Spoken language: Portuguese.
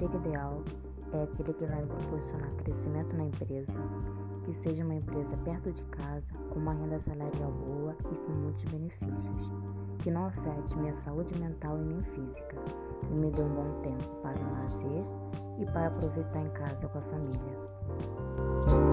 emprego ideal é aquele que vai me proporcionar crescimento na empresa, que seja uma empresa perto de casa, com uma renda salarial boa e com muitos benefícios, que não afete minha saúde mental e nem física, e me dê um bom tempo para o lazer e para aproveitar em casa com a família.